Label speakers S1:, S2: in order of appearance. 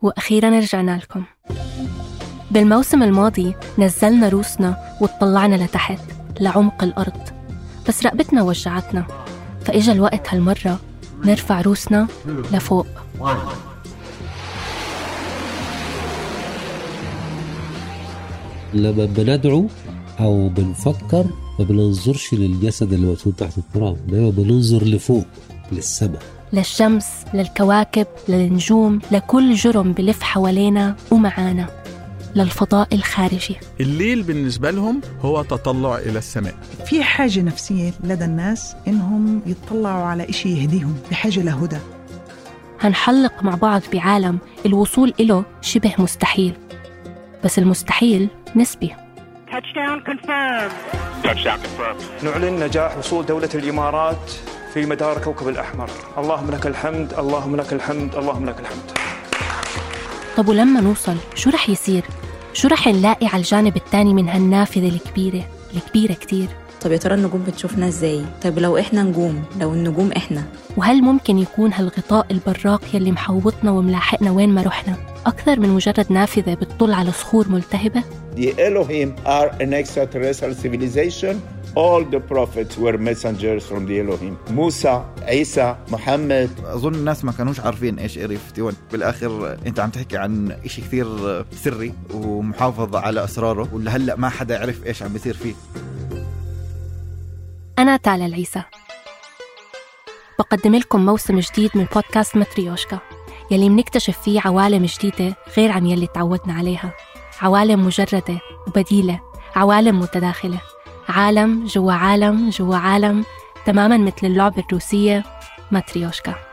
S1: وأخيراً رجعنا لكم. بالموسم الماضي نزلنا روسنا واتطلعنا لتحت لعمق الأرض، بس رقبتنا وجعتنا، فإجا الوقت هالمرة نرفع روسنا لفوق.
S2: لما بندعو أو بنفكر ما بننظرش للجسد اللي موجود تحت التراب، دايما بننظر لفوق للسماء،
S1: للشمس، للكواكب، للنجوم، لكل جرم بلف حوالينا ومعانا، للفضاء الخارجي.
S3: الليل بالنسبة لهم هو تطلع إلى السماء.
S4: في حاجة نفسية لدى الناس إنهم يتطلعوا على إشي يهديهم، بحاجة لهدى.
S1: هنحلق مع بعض بعالم الوصول إله شبه مستحيل، بس المستحيل نسبي.
S5: Touchdown confirmed.
S6: نعلن نجاح وصول دولة الإمارات في مدار كوكب الأحمر. اللهم لك الحمد، اللهم لك الحمد، اللهم لك الحمد.
S1: طب ولما نوصل شو رح يصير؟ شو رح نلاقي على الجانب الثاني من هالنافذة الكبيرة كتير؟
S7: طب يا ترى النجوم بتشوفنا ازاي؟ طب لو احنا نجوم، لو النجوم احنا،
S1: وهل ممكن يكون هالغطاء البراق يلي محوطنا وملاحقنا وين ما رحنا أكثر من مجرد نافذة بتطل على صخور ملتهبة؟
S8: The Elohim are an extraterrestrial civilization. All the prophets were messengers from the Elohim. موسى، عيسى، محمد.
S9: أظن الناس ما كانوش عارفين إيش إيريا 51. بالآخر أنت عم تحكي عن إشي كثير سري ومحافظ على أسراره، واللي هلأ ما حدا يعرف إيش عم بيصير فيه.
S1: أنا تالا العيسى، بقدم لكم موسم جديد من بودكاست ماتريوشكا، يلي منكتشف فيه عوالم جديدة غير عن يلي تعودنا عليها، عوالم مجردة وبديلة، عوالم متداخلة، عالم جوا عالم جوا عالم، تماماً مثل اللعبة الروسية ماتريوشكا.